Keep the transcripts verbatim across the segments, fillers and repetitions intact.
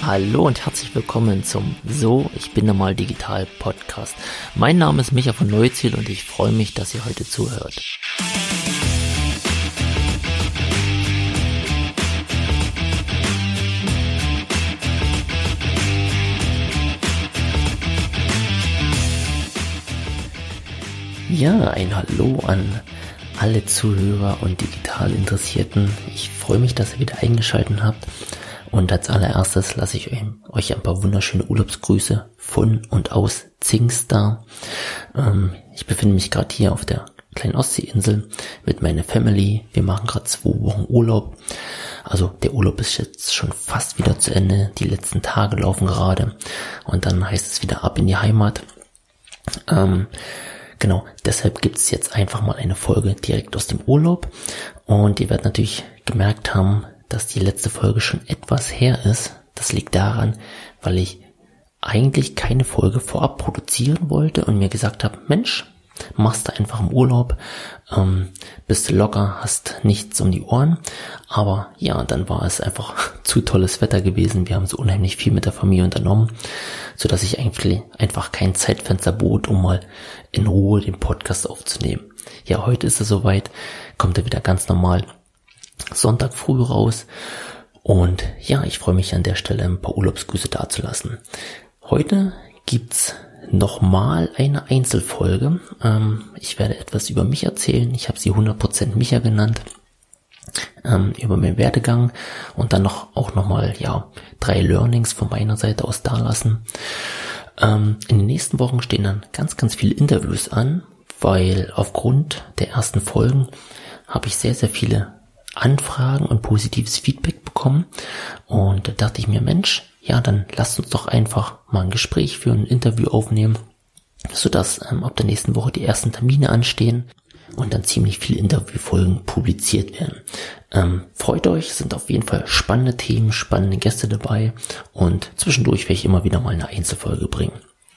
Hallo und herzlich willkommen zum So, ich bin normal digital Podcast. Mein Name ist Micha von Neuziel und ich freue mich, dass ihr heute zuhört. Ja, ein Hallo an alle Zuhörer und digital Interessierten. Ich freue mich, dass ihr wieder eingeschaltet habt. Und als allererstes lasse ich euch ein paar wunderschöne Urlaubsgrüße von und aus Zingst da. Ähm, ich befinde mich gerade hier auf der kleinen Ostseeinsel mit meiner Family. Wir machen gerade zwei Wochen Urlaub. Also der Urlaub ist jetzt schon fast wieder zu Ende. Die letzten Tage laufen gerade. Und dann heißt es wieder ab in die Heimat. Ähm, genau, deshalb gibt es jetzt einfach mal eine Folge direkt aus dem Urlaub. Und ihr werdet natürlich gemerkt haben, dass die letzte Folge schon etwas her ist. Das liegt daran, weil ich eigentlich keine Folge vorab produzieren wollte und mir gesagt habe, Mensch, machst du einfach im Urlaub, ähm, bist du locker, hast nichts um die Ohren. Aber ja, dann war es einfach zu tolles Wetter gewesen. Wir haben so unheimlich viel mit der Familie unternommen, sodass ich eigentlich einfach kein Zeitfenster bot, um mal in Ruhe den Podcast aufzunehmen. Ja, heute ist es soweit, kommt er wieder ganz normal Sonntag früh raus und ja, ich freue mich an der Stelle ein paar Urlaubsgrüße dazulassen. Heute gibt's nochmal eine Einzelfolge. Ähm, ich werde etwas über mich erzählen. Ich habe sie hundert Prozent Micha genannt. Ähm, über meinen Werdegang und dann noch auch nochmal ja drei Learnings von meiner Seite aus dalassen. Ähm, in den nächsten Wochen stehen dann ganz, ganz viele Interviews an, weil aufgrund der ersten Folgen habe ich sehr, sehr viele Anfragen und positives Feedback bekommen und da dachte ich mir, Mensch, ja, dann lasst uns doch einfach mal ein Gespräch führen, ein Interview aufnehmen, sodass ähm, ab der nächsten Woche die ersten Termine anstehen und dann ziemlich viele Interviewfolgen publiziert werden. Ähm, freut euch, es sind auf jeden Fall spannende Themen, spannende Gäste dabei und zwischendurch werde ich immer wieder mal eine Einzelfolge bringen.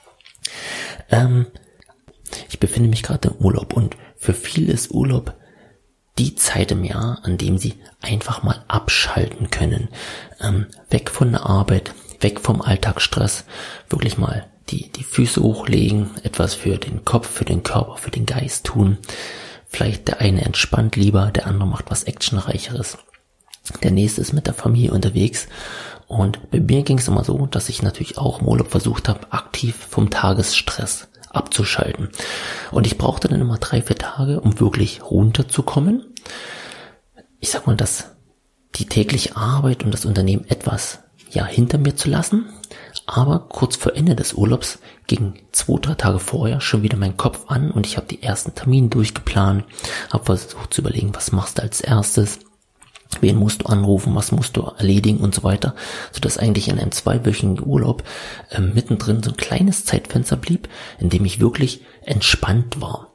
Ähm, ich befinde mich gerade im Urlaub und für viele ist Urlaub die Zeit im Jahr, an dem sie einfach mal abschalten können. Ähm, weg von der Arbeit, weg vom Alltagsstress, wirklich mal die, die Füße hochlegen, etwas für den Kopf, für den Körper, für den Geist tun. Vielleicht der eine entspannt lieber, der andere macht was Actionreicheres. Der nächste ist mit der Familie unterwegs. Und bei mir ging es immer so, dass ich natürlich auch im Urlaub versucht habe, aktiv vom Tagesstress abzuschalten. Und ich brauchte dann immer drei, vier Tage, um wirklich runterzukommen. Ich sag mal, dass die tägliche Arbeit und das Unternehmen etwas ja hinter mir zu lassen. Aber kurz vor Ende des Urlaubs ging zwei, drei Tage vorher schon wieder mein Kopf an und ich habe die ersten Termine durchgeplant, habe versucht zu überlegen, was machst du als erstes, wen musst du anrufen, was musst du erledigen und so weiter, sodass eigentlich in einem zweiwöchigen Urlaub äh, mittendrin so ein kleines Zeitfenster blieb, in dem ich wirklich entspannt war.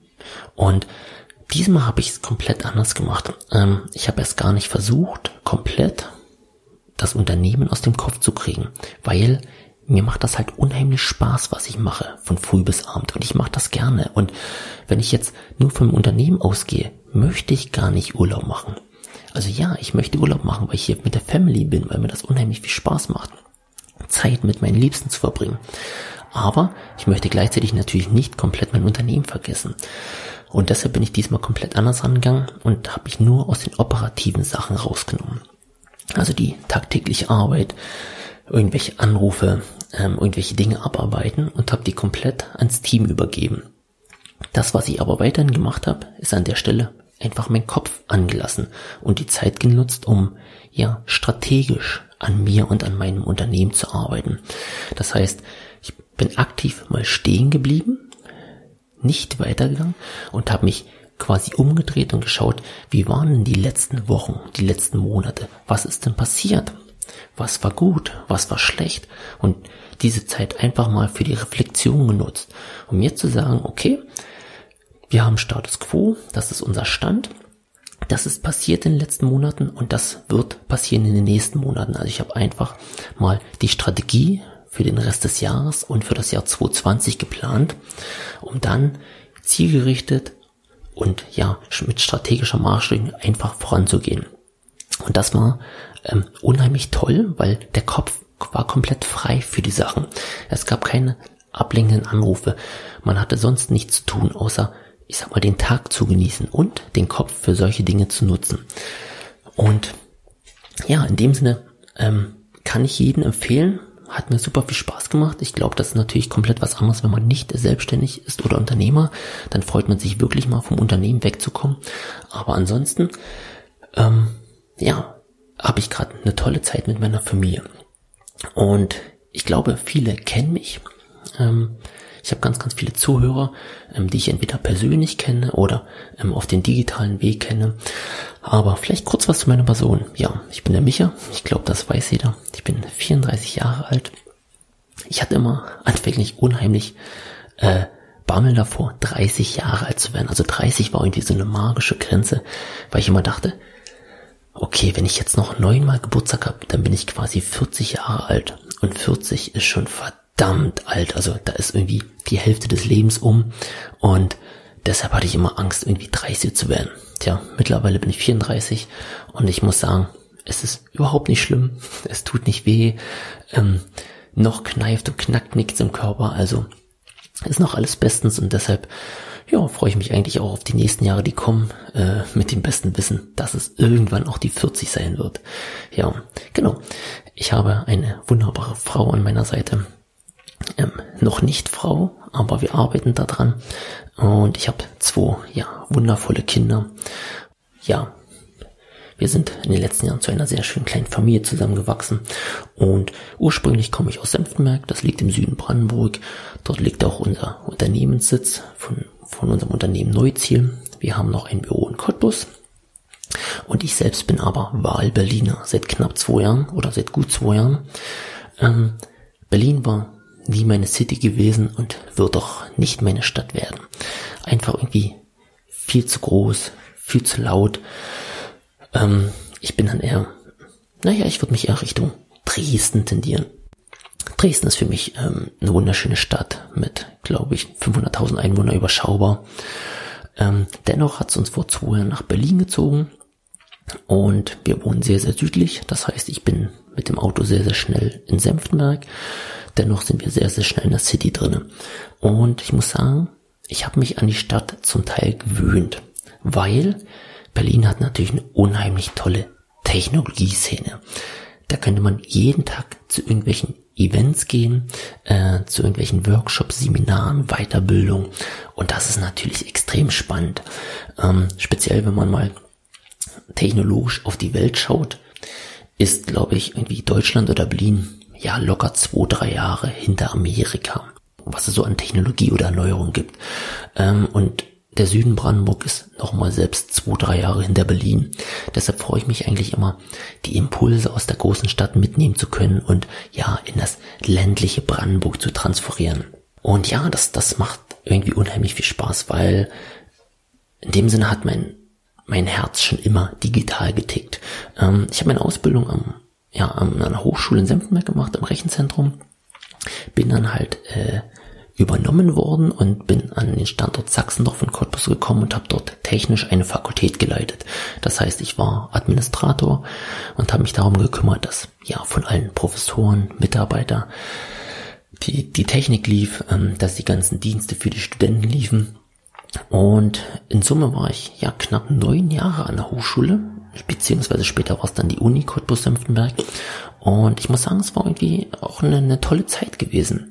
Und diesmal habe ich es komplett anders gemacht. Ähm, ich habe erst gar nicht versucht, komplett das Unternehmen aus dem Kopf zu kriegen, weil mir macht das halt unheimlich Spaß, was ich mache, von früh bis abend. Und ich mache das gerne. Und wenn ich jetzt nur vom Unternehmen ausgehe, möchte ich gar nicht Urlaub machen. Also ja, ich möchte Urlaub machen, weil ich hier mit der Family bin, weil mir das unheimlich viel Spaß macht, Zeit mit meinen Liebsten zu verbringen. Aber ich möchte gleichzeitig natürlich nicht komplett mein Unternehmen vergessen. Und deshalb bin ich diesmal komplett anders rangegangen und habe mich nur aus den operativen Sachen rausgenommen. Also die tagtägliche Arbeit, irgendwelche Anrufe, ähm, irgendwelche Dinge abarbeiten und habe die komplett ans Team übergeben. Das, was ich aber weiterhin gemacht habe, ist an der Stelle einfach meinen Kopf angelassen und die Zeit genutzt, um ja strategisch an mir und an meinem Unternehmen zu arbeiten. Das heißt, ich bin aktiv mal stehen geblieben, nicht weitergegangen und habe mich quasi umgedreht und geschaut, wie waren denn die letzten Wochen, die letzten Monate, was ist denn passiert, was war gut, was war schlecht und diese Zeit einfach mal für die Reflexion genutzt, um mir zu sagen, okay, wir haben Status Quo, das ist unser Stand, das ist passiert in den letzten Monaten und das wird passieren in den nächsten Monaten. Also ich habe einfach mal die Strategie für den Rest des Jahres und für das Jahr zwanzig zwanzig geplant, um dann zielgerichtet und ja mit strategischer Marschrichtung einfach voranzugehen. Und das war ähm, unheimlich toll, weil der Kopf war komplett frei für die Sachen. Es gab keine ablenkenden Anrufe. Man hatte sonst nichts zu tun, außer, ich sag mal, den Tag zu genießen und den Kopf für solche Dinge zu nutzen. Und ja, in dem Sinne ähm, kann ich jedem empfehlen. Hat mir super viel Spaß gemacht. Ich glaube, das ist natürlich komplett was anderes, wenn man nicht selbstständig ist oder Unternehmer. Dann freut man sich wirklich mal vom Unternehmen wegzukommen. Aber ansonsten, ähm, ja, habe ich gerade eine tolle Zeit mit meiner Familie. Und ich glaube, viele kennen mich. Ähm, ich habe ganz, ganz viele Zuhörer, ähm, die ich entweder persönlich kenne oder ähm, auf den digitalen Weg kenne. Aber vielleicht kurz was zu meiner Person. Ja, ich bin der Micha. Ich glaube, das weiß jeder. Ich bin vierunddreißig Jahre alt. Ich hatte immer anfänglich unheimlich äh, Bammel davor, dreißig Jahre alt zu werden. Also dreißig war irgendwie so eine magische Grenze, weil ich immer dachte, okay, wenn ich jetzt noch neunmal Geburtstag habe, dann bin ich quasi vierzig Jahre alt. Und vierzig ist schon verdammt alt. Also da ist irgendwie die Hälfte des Lebens um. Und deshalb hatte ich immer Angst, irgendwie dreißig zu werden. Tja, mittlerweile bin ich vierunddreißig und ich muss sagen, es ist überhaupt nicht schlimm. Es tut nicht weh. Ähm, noch kneift und knackt nichts im Körper. Also ist noch alles bestens und deshalb ja, freue ich mich eigentlich auch auf die nächsten Jahre, die kommen, äh, mit dem besten Wissen, dass es irgendwann auch die vierzig sein wird. Ja, genau. Ich habe eine wunderbare Frau an meiner Seite. Ähm, noch nicht Frau, aber wir arbeiten daran. Und ich habe zwei, ja, wundervolle Kinder. Ja, wir sind in den letzten Jahren zu einer sehr schönen kleinen Familie zusammengewachsen. Und ursprünglich komme ich aus Senftenberg, das liegt im Süden Brandenburg. Dort liegt auch unser Unternehmenssitz von, von unserem Unternehmen Neuziel. Wir haben noch ein Büro in Cottbus. Und ich selbst bin aber Wahlberliner seit knapp zwei Jahren oder seit gut zwei Jahren. Ähm, Berlin war nie meine City gewesen und wird auch nicht meine Stadt werden. Einfach irgendwie viel zu groß, viel zu laut. Ähm, ich bin dann eher, naja, ich würde mich eher Richtung Dresden tendieren. Dresden ist für mich ähm, eine wunderschöne Stadt mit, glaube ich, fünfhunderttausend Einwohner, überschaubar. Ähm, dennoch hat es uns vor zwei Jahren nach Berlin gezogen und wir wohnen sehr, sehr südlich. Das heißt, ich bin mit dem Auto sehr, sehr schnell in Senftenberg. Dennoch sind wir sehr, sehr schnell in der City drinne. Und ich muss sagen, ich habe mich an die Stadt zum Teil gewöhnt, weil Berlin hat natürlich eine unheimlich tolle Technologieszene. Da könnte man jeden Tag zu irgendwelchen Events gehen, äh, zu irgendwelchen Workshops, Seminaren, Weiterbildung. Und das ist natürlich extrem spannend. Ähm, speziell, wenn man mal technologisch auf die Welt schaut, ist, glaube ich, irgendwie Deutschland oder Berlin ja locker zwei, drei Jahre hinter Amerika, was es so an Technologie oder Erneuerung gibt. Ähm, und der Süden Brandenburg ist nochmal selbst zwei, drei Jahre hinter Berlin. Deshalb freue ich mich eigentlich immer, die Impulse aus der großen Stadt mitnehmen zu können und ja, in das ländliche Brandenburg zu transferieren. Und ja, das, das macht irgendwie unheimlich viel Spaß, weil in dem Sinne hat mein, mein Herz schon immer digital getickt. Ähm, ich habe meine Ausbildung am, ja, an einer Hochschule in Senftenberg gemacht, im Rechenzentrum. Bin dann halt, äh, übernommen worden und bin an den Standort Sachsendorf in Cottbus gekommen und habe dort technisch eine Fakultät geleitet. Das heißt, ich war Administrator und habe mich darum gekümmert, dass ja von allen Professoren, Mitarbeiter die die Technik lief, ähm, dass die ganzen Dienste für die Studenten liefen. Und in Summe war ich ja knapp neun Jahre an der Hochschule, beziehungsweise später war es dann die Uni Cottbus-Senftenberg. Und ich muss sagen, es war irgendwie auch eine, eine tolle Zeit gewesen.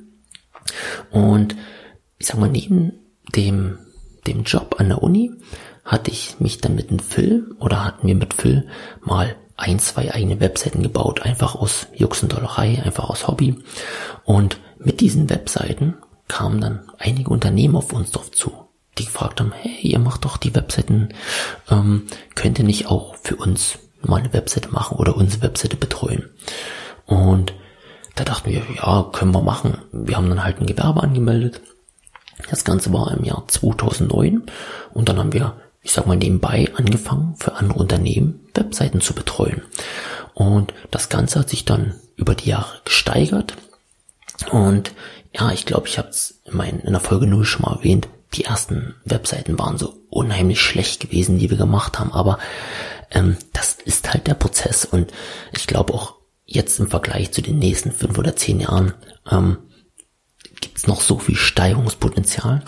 Und ich sag mal, neben dem dem Job an der Uni hatte ich mich dann mit dem Phil oder hatten wir mit Phil mal ein, zwei eigene Webseiten gebaut, einfach aus Jux und Dollerei, einfach aus Hobby. Und mit diesen Webseiten kamen dann einige Unternehmen auf uns drauf zu, die gefragt haben, hey, ihr macht doch die Webseiten, ähm, könnt ihr nicht auch für uns mal eine Webseite machen oder unsere Webseite betreuen? Und da dachten wir, ja, können wir machen. Wir haben dann halt ein Gewerbe angemeldet. Das Ganze war im Jahr zweitausendneun und dann haben wir, ich sag mal, nebenbei angefangen, für andere Unternehmen Webseiten zu betreuen. Und das Ganze hat sich dann über die Jahre gesteigert. Und ja, ich glaube, ich habe es in, in der Folge null schon mal erwähnt, die ersten Webseiten waren so unheimlich schlecht gewesen, die wir gemacht haben. Aber ähm, das ist halt der Prozess und ich glaube auch, jetzt im Vergleich zu den nächsten fünf oder zehn Jahren ähm, gibt es noch so viel Steigerungspotenzial.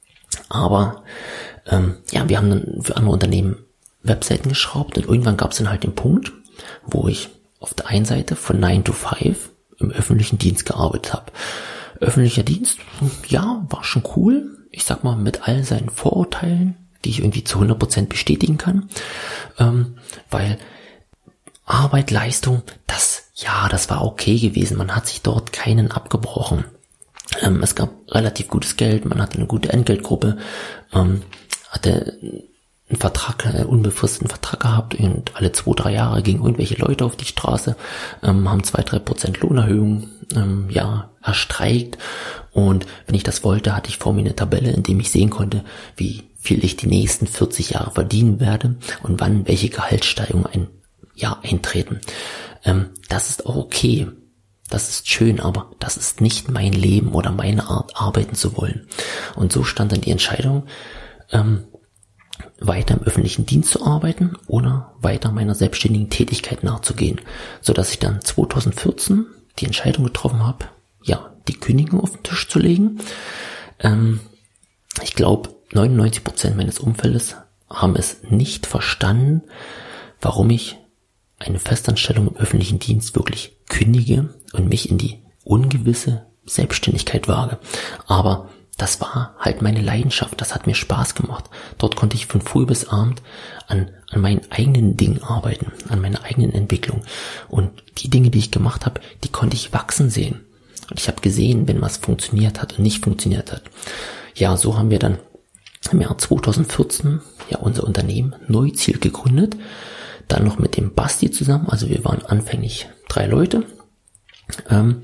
Aber ähm, ja, wir haben dann für andere Unternehmen Webseiten geschraubt und irgendwann gab es dann halt den Punkt, wo ich auf der einen Seite von nine to five im öffentlichen Dienst gearbeitet habe. Öffentlicher Dienst, ja, war schon cool. Ich sag mal, mit all seinen Vorurteilen, die ich irgendwie zu hundert Prozent bestätigen kann. Ähm, weil Arbeit, Leistung, das, ja, das war okay gewesen. Man hat sich dort keinen abgebrochen. Ähm, es gab relativ gutes Geld, man hatte eine gute Entgeltgruppe, ähm, hatte einen Vertrag, einen unbefristeten Vertrag gehabt und alle zwei, drei Jahre gingen irgendwelche Leute auf die Straße, ähm, haben zwei, drei Prozent Lohnerhöhung, ähm, ja, erstreikt. Und wenn ich das wollte, hatte ich vor mir eine Tabelle, in dem ich sehen konnte, wie viel ich die nächsten vierzig Jahre verdienen werde und wann welche Gehaltssteigerungen ein Jahr eintreten. Ähm, das ist auch okay. Das ist schön, aber das ist nicht mein Leben oder meine Art, arbeiten zu wollen. Und so stand dann die Entscheidung, ähm, weiter im öffentlichen Dienst zu arbeiten oder weiter meiner selbstständigen Tätigkeit nachzugehen, sodass ich dann zwanzig vierzehn die Entscheidung getroffen habe, ja, die Kündigung auf den Tisch zu legen. Ähm, ich glaube, neunundneunzig Prozent meines Umfeldes haben es nicht verstanden, warum ich eine Festanstellung im öffentlichen Dienst wirklich kündige und mich in die ungewisse Selbstständigkeit wage. Aber das war halt meine Leidenschaft, das hat mir Spaß gemacht. Dort konnte ich von früh bis abend an, an meinen eigenen Dingen arbeiten, an meiner eigenen Entwicklung. Und die Dinge, die ich gemacht habe, die konnte ich wachsen sehen. Und ich habe gesehen, wenn was funktioniert hat und nicht funktioniert hat. Ja, so haben wir dann im Jahr zwanzig vierzehn ja unser Unternehmen Neuziel gegründet. Dann noch mit dem Basti zusammen, also wir waren anfänglich drei Leute. Ähm,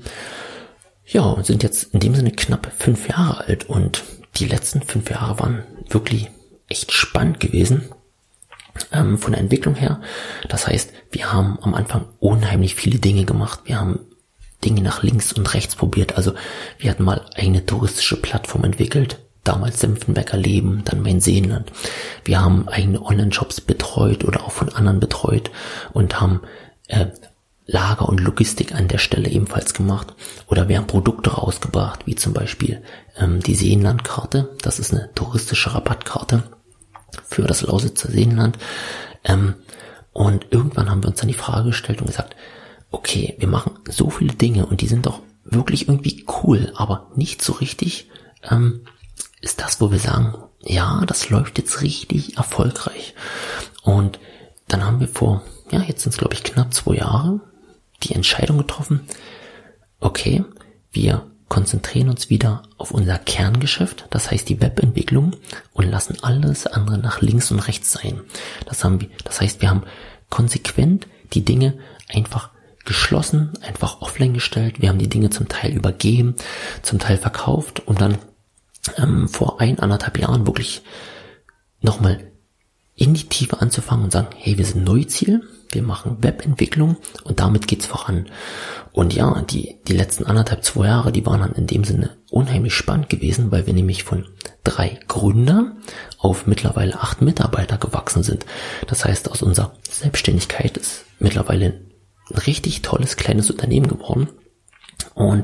ja, und sind jetzt in dem Sinne knapp fünf Jahre alt und die letzten fünf Jahre waren wirklich echt spannend gewesen, ähm, von der Entwicklung her. Das heißt, wir haben am Anfang unheimlich viele Dinge gemacht. Wir haben Dinge nach links und rechts probiert. Also wir hatten mal eine touristische Plattform entwickelt. Damals Senftenberger Leben, dann Mein Seenland. Wir haben eigene Online-Shops betreut oder auch von anderen betreut und haben äh, Lager und Logistik an der Stelle ebenfalls gemacht. Oder wir haben Produkte rausgebracht, wie zum Beispiel ähm, die Seenlandkarte. Das ist eine touristische Rabattkarte für das Lausitzer Seenland. Ähm, und irgendwann haben wir uns dann die Frage gestellt und gesagt, okay, wir machen so viele Dinge und die sind doch wirklich irgendwie cool, aber nicht so richtig ähm, ist das, wo wir sagen, ja, das läuft jetzt richtig erfolgreich. Und dann haben wir vor, ja, jetzt sind es glaube ich knapp zwei Jahre, die Entscheidung getroffen, okay, wir konzentrieren uns wieder auf unser Kerngeschäft, das heißt die Webentwicklung und lassen alles andere nach links und rechts sein. Das haben wir, das heißt, wir haben konsequent die Dinge einfach geschlossen, einfach offline gestellt. Wir haben die Dinge zum Teil übergeben, zum Teil verkauft, um dann ähm, vor ein, anderthalb Jahren wirklich nochmal in die Tiefe anzufangen und sagen, hey, wir sind Neuziel, wir machen Webentwicklung und damit geht's voran. Und ja, die die letzten anderthalb, zwei Jahre, die waren dann in dem Sinne unheimlich spannend gewesen, weil wir nämlich von drei Gründern auf mittlerweile acht Mitarbeiter gewachsen sind. Das heißt, aus unserer Selbstständigkeit ist mittlerweile ein richtig tolles kleines Unternehmen geworden. Und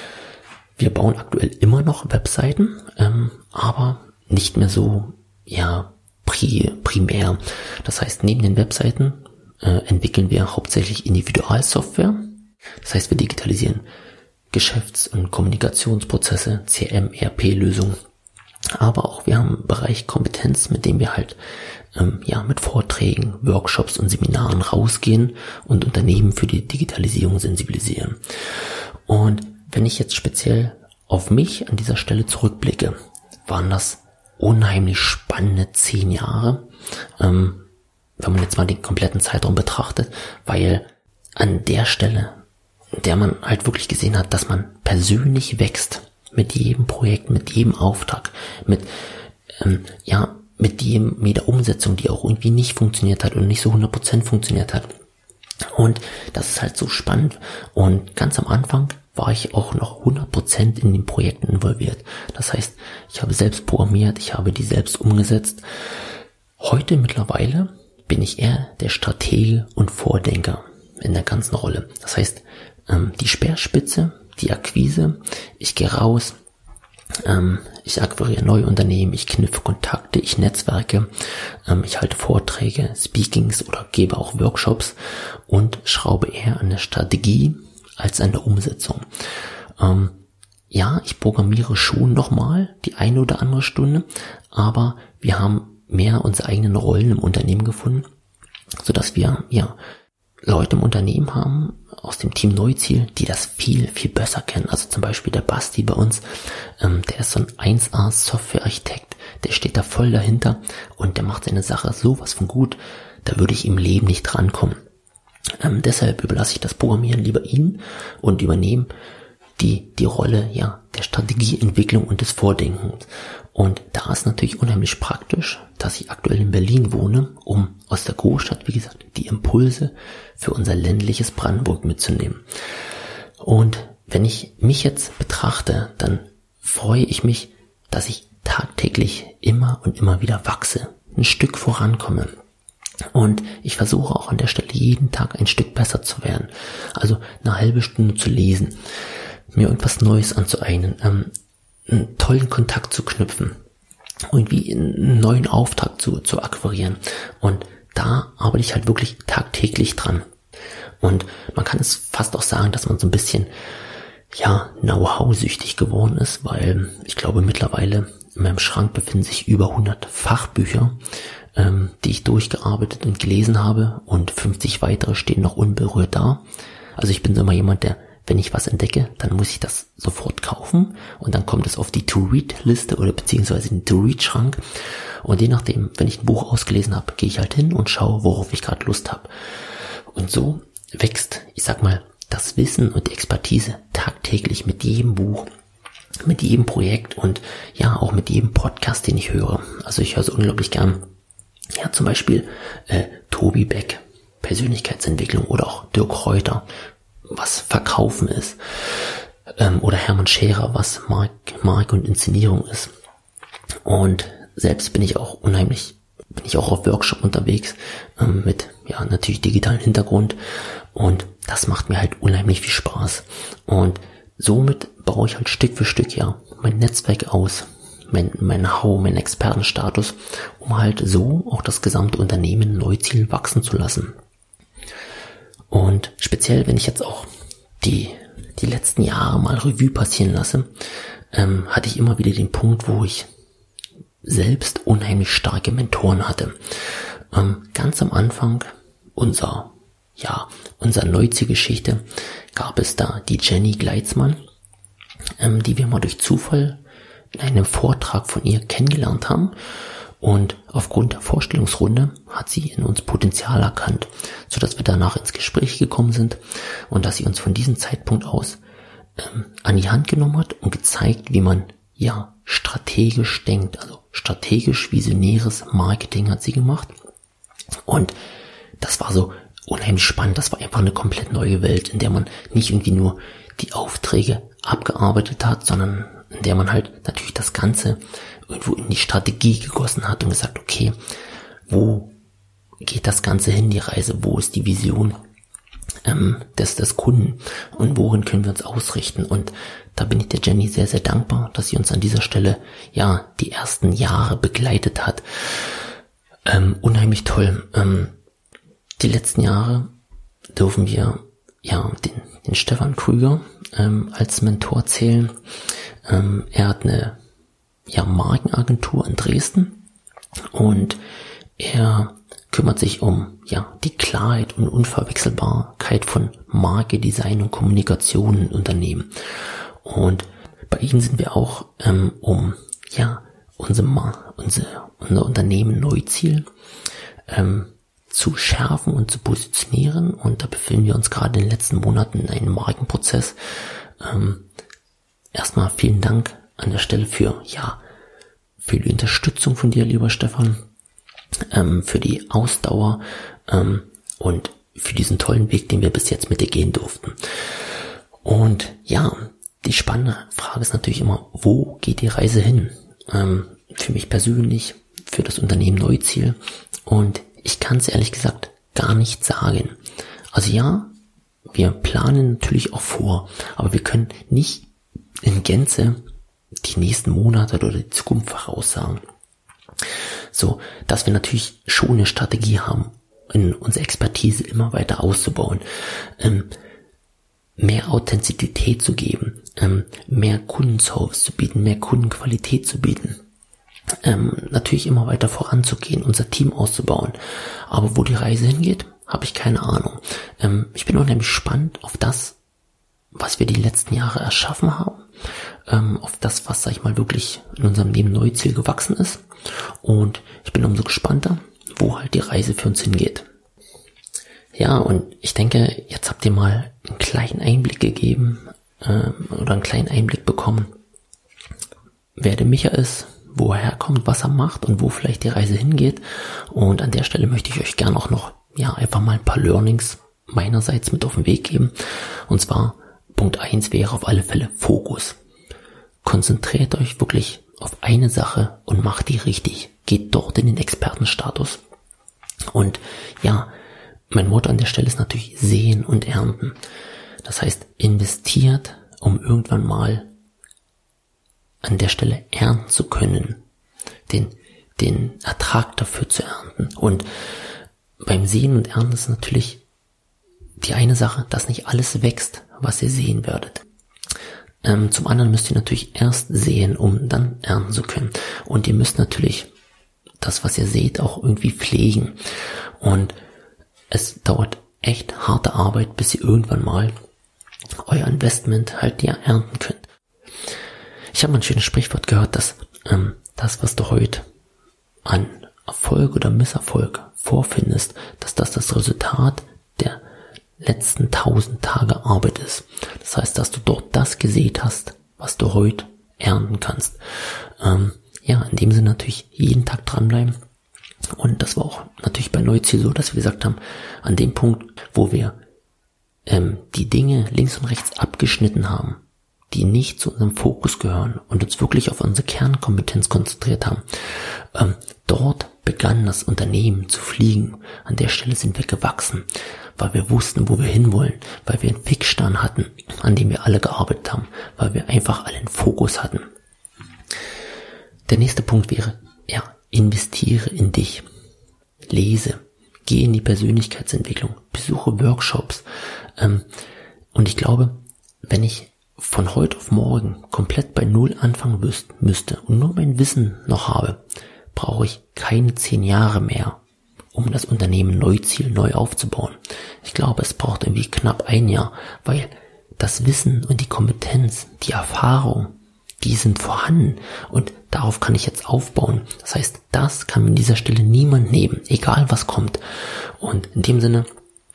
wir bauen aktuell immer noch Webseiten, ähm, aber nicht mehr so, ja, pri, primär. Das heißt, neben den Webseiten äh, entwickeln wir hauptsächlich Individualsoftware. Das heißt, wir digitalisieren Geschäfts- und Kommunikationsprozesse, C R M, E R P-Lösungen. Aber auch wir haben einen Bereich Kompetenz, mit dem wir halt ähm, ja mit Vorträgen, Workshops und Seminaren rausgehen und Unternehmen für die Digitalisierung sensibilisieren. Und wenn ich jetzt speziell auf mich an dieser Stelle zurückblicke, waren das unheimlich spannende zehn Jahre, ähm, wenn man jetzt mal den kompletten Zeitraum betrachtet, weil an der Stelle, in der man halt wirklich gesehen hat, dass man persönlich wächst, mit jedem Projekt, mit jedem Auftrag, mit ähm, ja mit jedem mit der Umsetzung, die auch irgendwie nicht funktioniert hat und nicht so hundert Prozent funktioniert hat. Und das ist halt so spannend. Und ganz am Anfang war ich auch noch hundert Prozent in den Projekten involviert. Das heißt, ich habe selbst programmiert, ich habe die selbst umgesetzt. Heute mittlerweile bin ich eher der Stratege und Vordenker. in der ganzen Rolle. Das heißt, ähm, die Speerspitze, die Akquise, ich gehe raus, ähm, ich akquiriere neue Unternehmen, ich knüpfe Kontakte, ich netzwerke, ähm, ich halte Vorträge, Speakings oder gebe auch Workshops und schraube eher an der Strategie als an der Umsetzung. Ähm, ja, ich programmiere schon nochmal die eine oder andere Stunde, aber wir haben mehr unsere eigenen Rollen im Unternehmen gefunden, sodass wir ja Leute im Unternehmen haben aus dem Team Neuziel, die das viel, viel besser kennen. Also zum Beispiel der Basti bei uns, ähm, der ist so ein eins A Softwarearchitekt, der steht da voll dahinter und der macht seine Sache sowas von gut, da würde ich im Leben nicht drankommen. Ähm, deshalb überlasse ich das Programmieren lieber ihnen und übernehme die die Rolle ja der Strategieentwicklung und des Vordenkens. Und da ist natürlich unheimlich praktisch, dass ich aktuell in Berlin wohne, um aus der Großstadt, wie gesagt, die Impulse für unser ländliches Brandenburg mitzunehmen. Und wenn ich mich jetzt betrachte, dann freue ich mich, dass ich tagtäglich immer und immer wieder wachse, ein Stück vorankomme. Und ich versuche auch an der Stelle jeden Tag ein Stück besser zu werden. Also eine halbe Stunde zu lesen, mir irgendwas Neues anzueignen, ähm, einen tollen Kontakt zu knüpfen, irgendwie einen neuen Auftrag zu, zu akquirieren. Und da arbeite ich halt wirklich tagtäglich dran. Und man kann es fast auch sagen, dass man so ein bisschen, ja, Know-how-süchtig geworden ist, weil ich glaube mittlerweile in meinem Schrank befinden sich über hundert Fachbücher, ähm, die ich durchgearbeitet und gelesen habe, und fünfzig weitere stehen noch unberührt da. Also ich bin so immer jemand, der, wenn ich was entdecke, dann muss ich das sofort kaufen und dann kommt es auf die To-Read-Liste oder beziehungsweise den To-Read-Schrank, und je nachdem, wenn ich ein Buch ausgelesen habe, gehe ich halt hin und schaue, worauf ich gerade Lust habe. Und so wächst, ich sag mal, das Wissen und die Expertise tagtäglich mit jedem Buch, mit jedem Projekt und ja, auch mit jedem Podcast, den ich höre. Also ich höre so unglaublich gern, ja, zum Beispiel äh, Tobi Beck, Persönlichkeitsentwicklung, oder auch Dirk Reuter, was Verkaufen ist, ähm, oder Hermann Scherer, was Mark, Mark und Inszenierung ist. Und selbst bin ich auch unheimlich, bin ich auch auf Workshop unterwegs, ähm, mit, ja, natürlich digitalen Hintergrund, und das macht mir halt unheimlich viel Spaß. Und somit baue ich halt Stück für Stück, ja, mein Netzwerk aus, mein, mein Know-how, meinen Expertenstatus, um halt so auch das gesamte Unternehmen Neuziel wachsen zu lassen. Und speziell, wenn ich jetzt auch die, die letzten Jahre mal Revue passieren lasse, ähm, hatte ich immer wieder den Punkt, wo ich selbst unheimlich starke Mentoren hatte. Ähm, ganz am Anfang unserer, ja, unserer Neuziel-Geschichte gab es da die Jenny Gleitzmann, ähm, die wir mal durch Zufall in einem Vortrag von ihr kennengelernt haben. Und aufgrund der Vorstellungsrunde hat sie in uns Potenzial erkannt, sodass wir danach ins Gespräch gekommen sind und dass sie uns von diesem Zeitpunkt aus ähm, an die Hand genommen hat und gezeigt, wie man ja strategisch denkt. Also strategisch visionäres Marketing hat sie gemacht. Und das war so unheimlich spannend. Das war einfach eine komplett neue Welt, in der man nicht irgendwie nur die Aufträge abgearbeitet hat, sondern in der man halt natürlich das Ganze irgendwo in die Strategie gegossen hat und gesagt, okay, wo geht das Ganze hin, die Reise, wo ist die Vision ähm, des, des Kunden und worin können wir uns ausrichten. Und da bin ich der Jenny sehr, sehr dankbar, dass sie uns an dieser Stelle ja die ersten Jahre begleitet hat. Ähm, unheimlich toll. Ähm, die letzten Jahre dürfen wir ja den, den Stefan Krüger ähm, als Mentor zählen. Ähm, er hat eine ja, Markenagentur in Dresden und er kümmert sich um ja die Klarheit und Unverwechselbarkeit von Marke, Design und Kommunikation in Unternehmen. Und bei ihm sind wir auch ähm, um ja unser, unser, unser Unternehmen Neuziel ähm, zu schärfen und zu positionieren, und da befinden wir uns gerade in den letzten Monaten in einem Markenprozess. Ähm, erstmal vielen Dank an der Stelle für, ja, für die Unterstützung von dir, lieber Stefan, ähm, für die Ausdauer ähm, und für diesen tollen Weg, den wir bis jetzt mit dir gehen durften. Und ja, die spannende Frage ist natürlich immer, wo geht die Reise hin? Ähm, für mich persönlich, für das Unternehmen Neuziel, und ich kann es ehrlich gesagt gar nicht sagen. Also ja, wir planen natürlich auch vor, aber wir können nicht in Gänze die nächsten Monate oder die Zukunft voraussagen. So, dass wir natürlich schon eine Strategie haben, in unsere Expertise immer weiter auszubauen, ähm, mehr Authentizität zu geben, ähm, mehr Kundenservice zu bieten, mehr Kundenqualität zu bieten, ähm, natürlich immer weiter voranzugehen, unser Team auszubauen. Aber wo die Reise hingeht, habe ich keine Ahnung. Ähm, ich bin unheimlich gespannt auf das, was wir die letzten Jahre erschaffen haben, ähm, auf das, was, sag ich mal, wirklich in unserem Leben Neuziel gewachsen ist. Und ich bin umso gespannter, wo halt die Reise für uns hingeht. Ja, und ich denke, jetzt habt ihr mal einen kleinen Einblick gegeben äh, oder einen kleinen Einblick bekommen, wer der Micha ist, wo er herkommt, was er macht und wo vielleicht die Reise hingeht. Und an der Stelle möchte ich euch gerne auch noch ja einfach mal ein paar Learnings meinerseits mit auf den Weg geben. Und zwar Punkt eins wäre auf alle Fälle Fokus. Konzentriert euch wirklich auf eine Sache und macht die richtig. Geht dort in den Expertenstatus. Und ja, mein Motto an der Stelle ist natürlich sehen und ernten. Das heißt, investiert, um irgendwann mal an der Stelle ernten zu können, den, den Ertrag dafür zu ernten. Und beim Sehen und Ernten ist natürlich die eine Sache, dass nicht alles wächst, was ihr sehen werdet. Ähm, zum anderen müsst ihr natürlich erst sehen, um dann ernten zu können. Und ihr müsst natürlich das, was ihr seht, auch irgendwie pflegen. Und es dauert echt harte Arbeit, bis ihr irgendwann mal euer Investment halt ja ernten könnt. Ich habe mal ein schönes Sprichwort gehört, dass ähm, das, was du heute an Erfolg oder Misserfolg vorfindest, dass das das Resultat der letzten tausend Tage Arbeit ist. Das heißt, dass du dort das gesät hast, was du heute ernten kannst. Ähm, ja, in dem Sinne natürlich jeden Tag dranbleiben. Und das war auch natürlich bei Neuziel so, dass wir gesagt haben, an dem Punkt, wo wir ähm, die Dinge links und rechts abgeschnitten haben, die nicht zu unserem Fokus gehören und uns wirklich auf unsere Kernkompetenz konzentriert haben, ähm, dort begann das Unternehmen zu fliegen. An der Stelle sind wir gewachsen, weil wir wussten, wo wir hinwollen, weil wir einen Fixstern hatten, an dem wir alle gearbeitet haben, weil wir einfach alle einen Fokus hatten. Der nächste Punkt wäre, ja, investiere in dich. Lese. Geh in die Persönlichkeitsentwicklung. Besuche Workshops. Ähm, und ich glaube, wenn ich von heute auf morgen komplett bei Null anfangen müß, müsste und nur mein Wissen noch habe, brauche ich keine zehn Jahre mehr, um das Unternehmen Neuziel neu aufzubauen. Ich glaube, es braucht irgendwie knapp ein Jahr, weil das Wissen und die Kompetenz, die Erfahrung, die sind vorhanden und darauf kann ich jetzt aufbauen. Das heißt, das kann mir an dieser Stelle niemand nehmen, egal was kommt. Und in dem Sinne,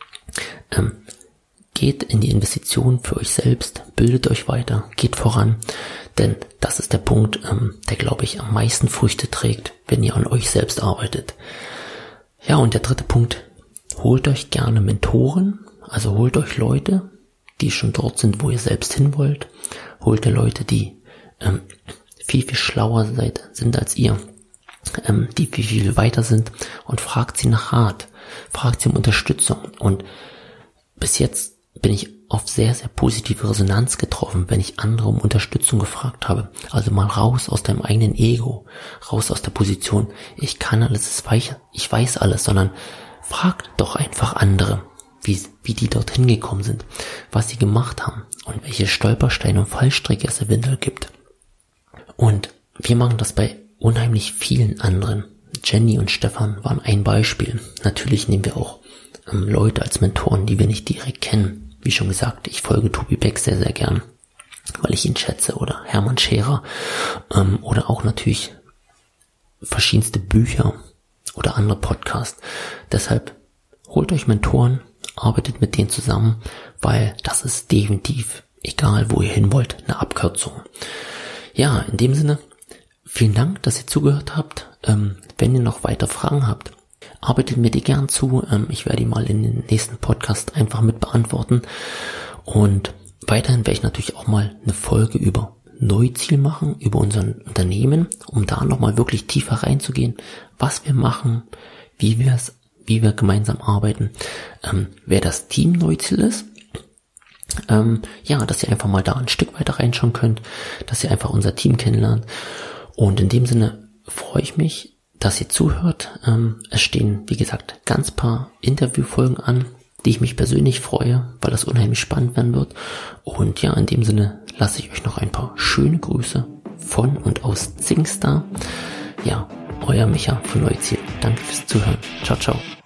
ähm, geht in die Investition für euch selbst, bildet euch weiter, geht voran, denn das ist der Punkt, ähm, der, glaube ich, am meisten Früchte trägt, wenn ihr an euch selbst arbeitet. Ja, und der dritte Punkt, holt euch gerne Mentoren, also holt euch Leute, die schon dort sind, wo ihr selbst hin wollt, holt ihr Leute, die ähm, viel, viel schlauer seid, sind als ihr, ähm, die viel, viel weiter sind und fragt sie nach Rat, fragt sie um Unterstützung. Und bis jetzt bin ich auf sehr, sehr positive Resonanz getroffen, wenn ich andere um Unterstützung gefragt habe. Also mal raus aus deinem eigenen Ego, raus aus der Position, ich kann alles, ich weiß alles, sondern fragt doch einfach andere, wie, wie die dorthin gekommen sind, was sie gemacht haben und welche Stolpersteine und Fallstricke es eventuell gibt. Und wir machen das bei unheimlich vielen anderen. Jenny und Stefan waren ein Beispiel. Natürlich nehmen wir auch ähm, Leute als Mentoren, die wir nicht direkt kennen. Wie schon gesagt, ich folge Tobi Beck sehr, sehr gern, weil ich ihn schätze, oder Hermann Scherer, ähm, oder auch natürlich verschiedenste Bücher oder andere Podcasts. Deshalb holt euch Mentoren, arbeitet mit denen zusammen, weil das ist definitiv, egal wo ihr hin wollt, eine Abkürzung. Ja, in dem Sinne, vielen Dank, dass ihr zugehört habt. Ähm, wenn ihr noch weitere Fragen habt, arbeitet mir die gern zu. Ähm, ich werde die mal in den nächsten Podcast einfach mit beantworten. Und weiterhin werde ich natürlich auch mal eine Folge über Neuziel machen, über unser Unternehmen, um da nochmal wirklich tiefer reinzugehen, was wir machen, wie wir es, wie wir gemeinsam arbeiten, ähm, wer das Team Neuziel ist Ähm, ja, dass ihr einfach mal da ein Stück weiter reinschauen könnt, dass ihr einfach unser Team kennenlernt. Und in dem Sinne freue ich mich, dass ihr zuhört. Ähm, es stehen, wie gesagt, ganz paar Interviewfolgen an, die ich mich persönlich freue, weil das unheimlich spannend werden wird. Und ja, in dem Sinne lasse ich euch noch ein paar schöne Grüße von und aus Zingstar. Ja, euer Micha von Neuziel. Danke fürs Zuhören. Ciao, ciao.